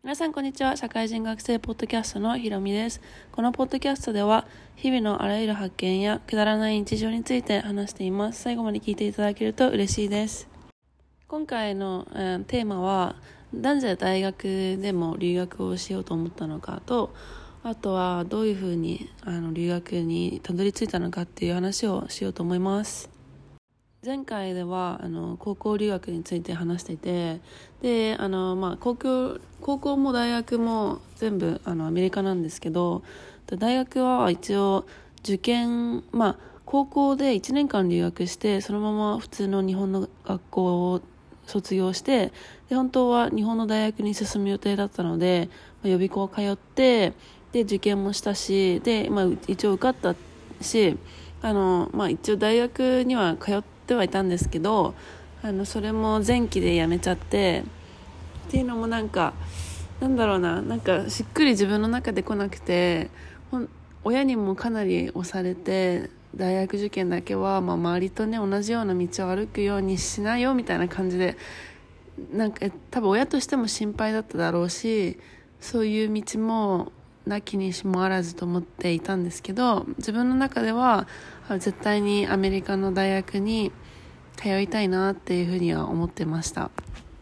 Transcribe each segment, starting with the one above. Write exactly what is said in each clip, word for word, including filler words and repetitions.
皆さんこんにちは。社会人学生ポッドキャストのひろみです。このポッドキャストでは日々のあらゆる発見やくだらない日常について話しています。最後まで聞いていただけると嬉しいです。今回の、えー、テーマはなぜ大学でも留学をしようと思ったのかと、あとはどういうふうにあの留学にたどり着いたのかっていう話をしようと思います。前回ではあの高校留学について話していて、であの、まあ、高校、高校も大学も全部あのアメリカなんですけど、大学は一応受験、まあ、高校でいちねんかん留学してそのまま普通の日本の学校を卒業して、で本当は日本の大学に進む予定だったので、まあ、予備校通ってで受験もしたし、で、まあ、一応受かったし、あの、まあ、一応大学には通ってってはいたんですけど、あのそれも前期で辞めちゃってっていうのもなんかなんだろうななんかしっくり自分の中で来なくて、親にもかなり押されて大学受験だけは、まあ、周りとね同じような道を歩くようにしないよみたいな感じで、なんか多分親としても心配だっただろうし、そういう道もなきにしもあらずと思っていたんですけど、自分の中では絶対にアメリカの大学に通いたいなっていうふうには思ってました。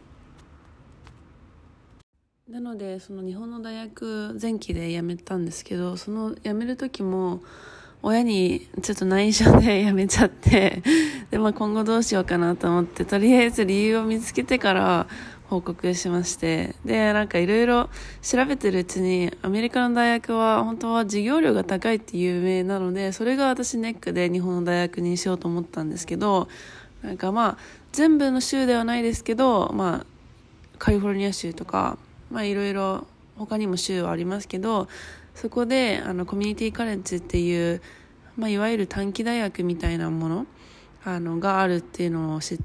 なのでその日本の大学前期で辞めたんですけど、その辞める時も親にちょっと内緒で辞めちゃってで、まあ、今後どうしようかなと思って、とりあえず理由を見つけてから報告しまして、でなんかいろいろ調べてるうちにアメリカの大学は本当は授業料が高いって有名なので、それが私ネックで日本の大学にしようと思ったんですけど、なんかまあ全部の州ではないですけど、まあカリフォルニア州とか、まあいろいろ他にも州はありますけど、そこであのコミュニティカレッジっていう、まあ、いわゆる短期大学みたいなものあのがあるっていうのを知って、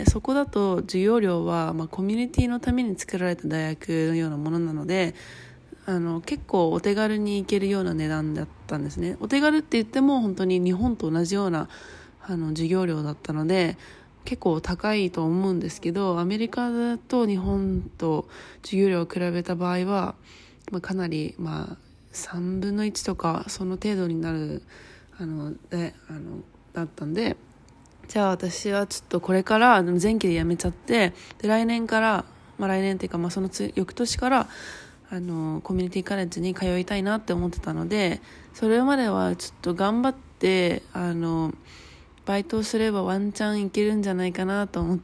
そこだと授業料は、まあ、コミュニティのために作られた大学のようなものなので、あの結構お手軽に行けるような値段だったんですね。お手軽って言っても本当に日本と同じようなあの授業料だったので結構高いと思うんですけど、アメリカと日本と授業料を比べた場合は、まあ、かなり、まあ、さんぶんのいちとかその程度になるあのであのだったんで、じゃあ私はちょっとこれから前期で辞めちゃって、で来年から、まあ、来年っていうか、まあ、そのつ翌年からあのコミュニティカレッジに通いたいなって思ってたので、それまではちょっと頑張ってあのバイトをすればワンチャンいけるんじゃないかなと思って、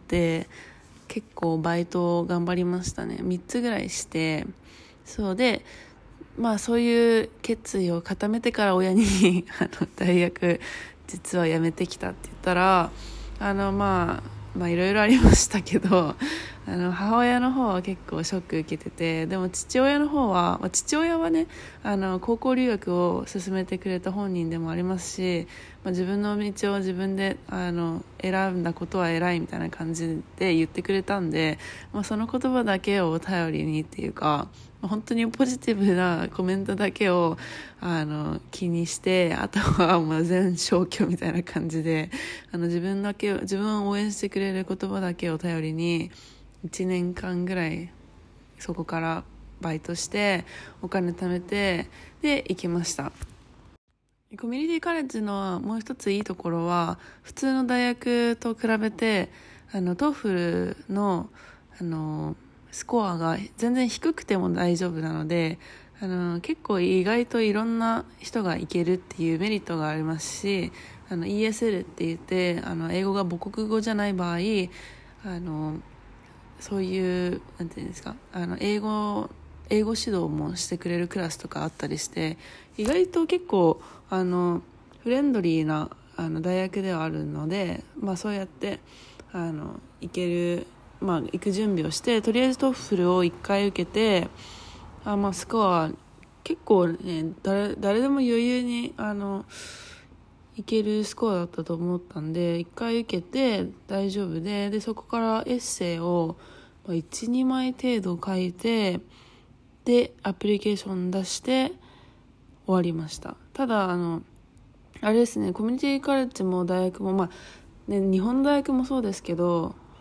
結構バイトを頑張りましたね。みっつぐらいして、そうでまあそういう決意を固めてから親にあの大学実は辞めてきたって言ったら、あのまあまあいろいろありましたけど、あの母親の方は結構ショック受けてて、でも父親の方は、まあ、父親はねあの高校留学を勧めてくれた本人でもありますし、まあ、自分の道を自分であの選んだことは偉いみたいな感じで言ってくれたんで、まあ、その言葉だけを頼りにっていうか、本当にポジティブなコメントだけをあの気にして、あとはもう全消去みたいな感じで、あの自分だけ自分を応援してくれる言葉だけを頼りにいちねんかんぐらいそこからバイトしてお金貯めてで行きました。コミュニティカレッジのもう一ついいところは、普通の大学と比べてあのトーフルのあのスコアが全然低くても大丈夫なので、あの結構意外といろんな人が行けるっていうメリットがありますし、あの イーエスエル って言ってあの英語が母国語じゃない場合、あのそういうなんていうんですか、あの英語英語指導もしてくれるクラスとかあったりして、意外と結構あのフレンドリーなあの大学ではあるので、まあ、そうやってあの行ける、まあ、行く準備をして、とりあえずトッフルをいっかい受けて、あ、まあ、スコア結構ね 誰, 誰でも余裕にあのいけるスコアだったと思ったんで、いっかい受けて大丈夫で、でそこからエッセイをいち、にまい程度書いて、でアプリケーション出して終わりました。ただあのあれですね、コミュニティカレッジも大学も、まあね、日本の大学もそうですけど、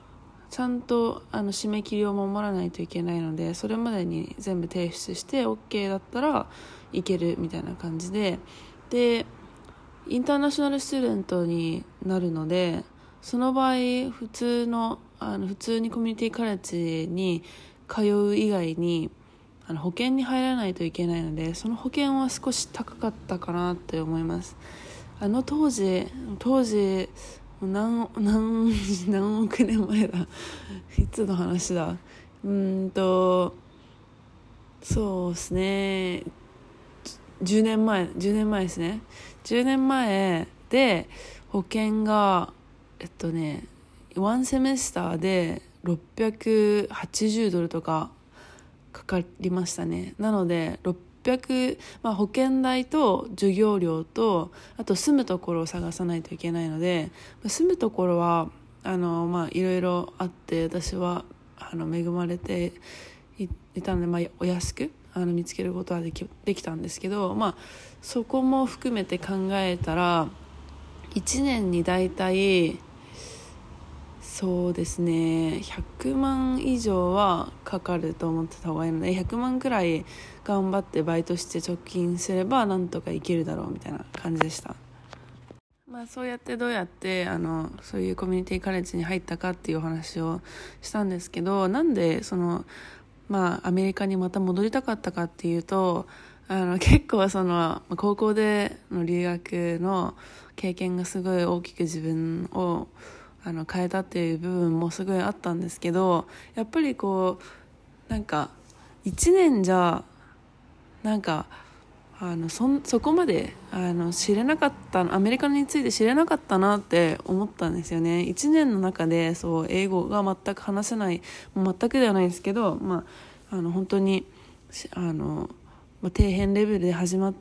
ちゃんとあの締め切りを守らないといけないので、それまでに全部提出して OK だったらいけるみたいな感じで、でインターナショナルスチューデントになるので、その場合普通のあの普通にコミュニティカレッジに通う以外にあの保険に入らないといけないので、その保険は少し高かったかなって思います。あの当時当時何何何億年前だいつの話だうーんとそうですねじゅうねんまえじゅうねんまえですねじゅうねんまえで保険がえっとねワンセメスターでろっぴゃくはちじゅうドルとかかかりましたね。なのでろっぴゃく、まあ、保険代と授業料とあと住むところを探さないといけないので、住むところはあの、まあ、いろいろあって、私はあの恵まれて い, いたので、まあ、お安くあの見つけることはで き, できたんですけど、まあ、そこも含めて考えたらいちねんにだいたいそうですねひゃくまん以上はかかると思ってた方がいいので、ひゃくまんくらい頑張ってバイトして貯金すればなんとかいけるだろうみたいな感じでした。まあ、そうやってどうやってあのそういうコミュニティカレッジに入ったかっていうお話をしたんですけど、なんでその、まあ、アメリカにまた戻りたかったかっていうと、あの結構その高校での留学の経験がすごい大きく自分をあの変えたっていう部分もすごいあったんですけど、やっぱりこうなんかいちねんじゃなんかあの そ, そこまであの知れなかったアメリカについて知れなかったなって思ったんですよね。いちねんの中でそう英語が全く話せない、全くではないですけど、まあ、あの本当にあの、まあ、底辺レベルで始まって、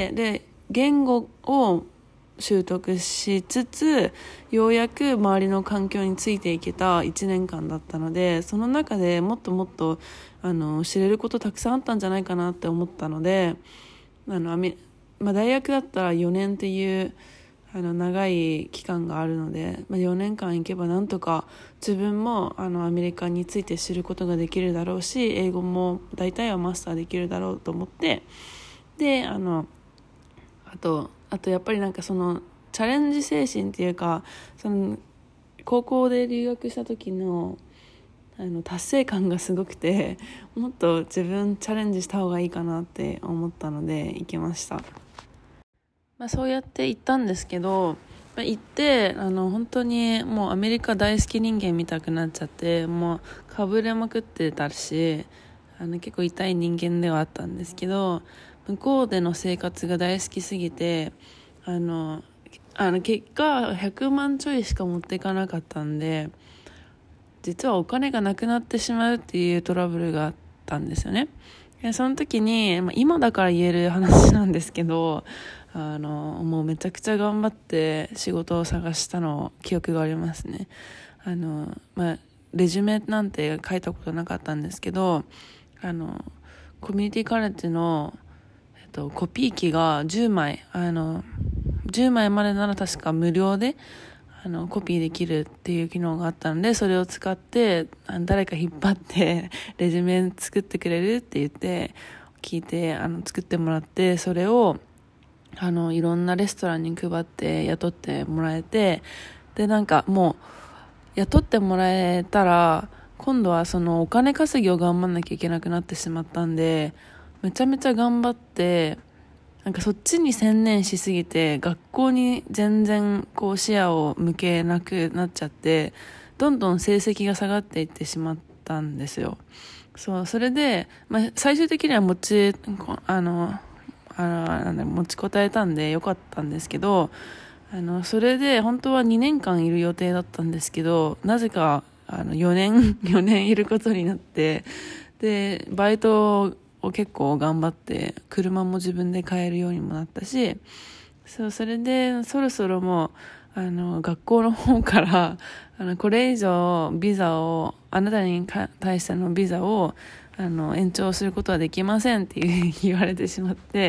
で言語を習得しつつようやく周りの環境についていけたいちねんかんだったので、その中でもっともっとあの知れることたくさんあったんじゃないかなって思ったので、あの、まあ、大学だったらよねんっていうあの長い期間があるので、まあ、よねんかん行けばなんとか自分もあのアメリカについて知ることができるだろうし、英語も大体はマスターできるだろうと思って、であのあとあとやっぱりなんかそのチャレンジ精神っていうか、その高校で留学した時のあの達成感がすごくて、もっと自分チャレンジした方がいいかなって思ったので行きました。まあ、そうやって行ったんですけど、まあ、行ってあの本当にもうアメリカ大好き人間見たくなっちゃって、もうかぶれまくってたし、あの結構痛い人間ではあったんですけど、向こうでの生活が大好きすぎて、あのあの結果ひゃくまんちょいしか持っていかなかったんで、実はお金がなくなってしまうっていうトラブルがあったんですよね。でその時に、まあ、今だから言える話なんですけど、あのもうめちゃくちゃ頑張って仕事を探したの記憶がありますね。あの、まあ、レジュメなんて書いたことなかったんですけど、あのコミュニティカレッジの、えっと、コピー機がじゅうまいあのじゅうまいまでなら確か無料であのコピーできるっていう機能があったので、それを使ってあの誰か引っ張ってレジュメ作ってくれるって言って聞いてあの作ってもらって、それをあのいろんなレストランに配って雇ってもらえて、でなんかもう雇ってもらえたら今度はそのお金稼ぎを頑張んなきゃいけなくなってしまったんで、めちゃめちゃ頑張ってなんかそっちに専念しすぎて学校に全然こう視野を向けなくなっちゃって、どんどん成績が下がっていってしまったんですよ。そうそれで、まあ、最終的には持ちあのあのなんだ持ちこたえたんでよかったんですけど、あのそれで本当はにねんかんいる予定だったんですけど、なぜかあのよねんよねんいることになって、でバイトを結構頑張って車も自分で買えるようにもなったし、そうそれでそろそろもうあの学校の方からあのこれ以上ビザをあなたに対してのビザをあの延長することはできませんっていう言われてしまって、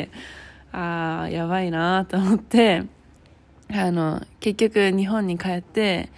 あーやばいなと思って、あの結局日本に帰って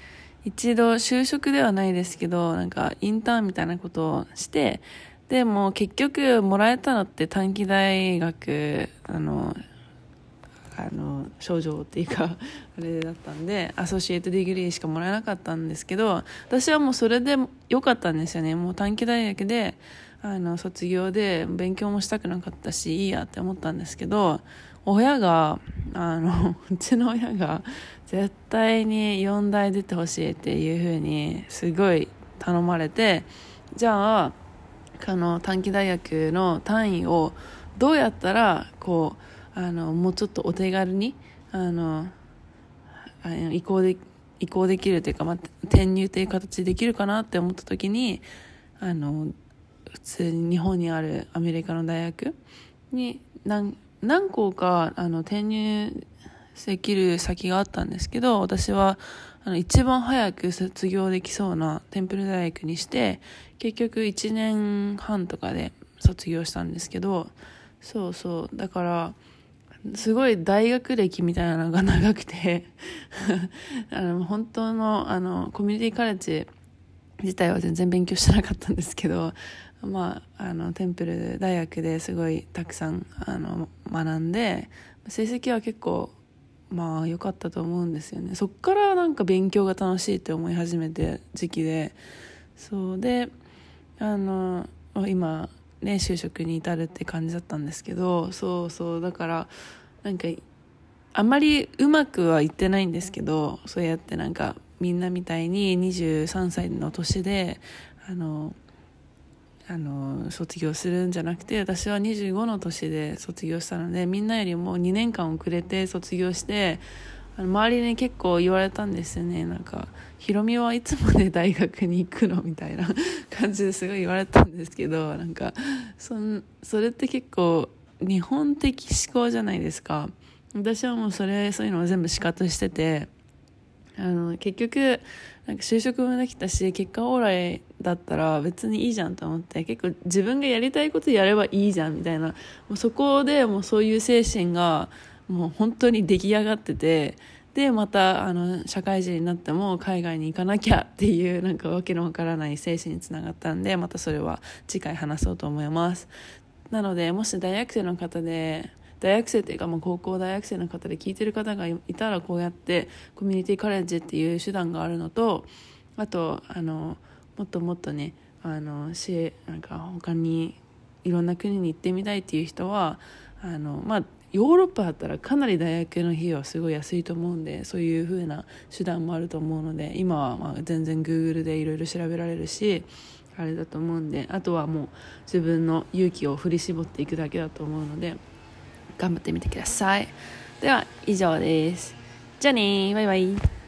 一度就職ではないですけど、なんかインターンみたいなことをして、でも結局もらえたのって短期大学、あの、あの、症状っていうか、あれだったんで、アソシエイトディグリーしかもらえなかったんですけど、私はもうそれで良かったんですよね。もう短期大学で、あの、卒業で勉強もしたくなかったし、いいやって思ったんですけど、親が、あの、うちの親が、絶対によん大出てほしいっていう風に、すごい頼まれて、じゃあ、あの、短期大学の単位を、どうやったら、こう、あの、もうちょっとお手軽に、あの、あの移行で、移行できるというか、まあ、転入という形でできるかなって思った時に、あの、普通に日本にあるアメリカの大学に何、何校かあの転入できる先があったんですけど、私はあの一番早く卒業できそうなテンプル大学にして、結局いちねんはんとかで卒業したんですけど、そうそう、だからすごい大学歴みたいなのが長くてあの本当のあのコミュニティカレッジ自体は全然勉強してなかったんですけど、まあ、あのテンプル大学ですごいたくさんあの学んで、成績は結構まあ良かったと思うんですよね。そっからなんか勉強が楽しいって思い始めて時期で、そうであの今ね就職に至るって感じだったんですけど、そうそうだからなんかあんまりうまくはいってないんですけど、そうやってなんかみんなみたいににじゅうさんさいの年であのあの卒業するんじゃなくて、私はにじゅうごの年で卒業したので、みんなよりもにねんかん遅れて卒業して、あの周りに結構言われたんですよね。なんかひろみはいつまで大学に行くのみたいな感じですごい言われたんですけど、なんかそんそれって結構日本的思考じゃないですか。私はもうそれそういうのを全部シカトしてて、あの結局なんか就職もできたし結果オーライだったら別にいいじゃんと思って、結構自分がやりたいことやればいいじゃんみたいな、もうそこでもうそういう精神がもう本当に出来上がってて、でまたあの社会人になっても海外に行かなきゃっていうなんかわけのわからない精神につながったんで、またそれは次回話そうと思います。なのでもし大学生の方で大学生というか、まあ、高校大学生の方で聞いてる方がいたら、こうやってコミュニティカレッジっていう手段があるのと、あとあのもっともっとねあのしなんか他にいろんな国に行ってみたいっていう人はあの、まあ、ヨーロッパだったらかなり大学の費用はすごい安いと思うんで、そういう風な手段もあると思うので、今はまあ全然 Google でいろいろ調べられるしあれだと思うんで、あとはもう自分の勇気を振り絞っていくだけだと思うので頑張ってみてください。では以上です。じゃあね、バイバイ。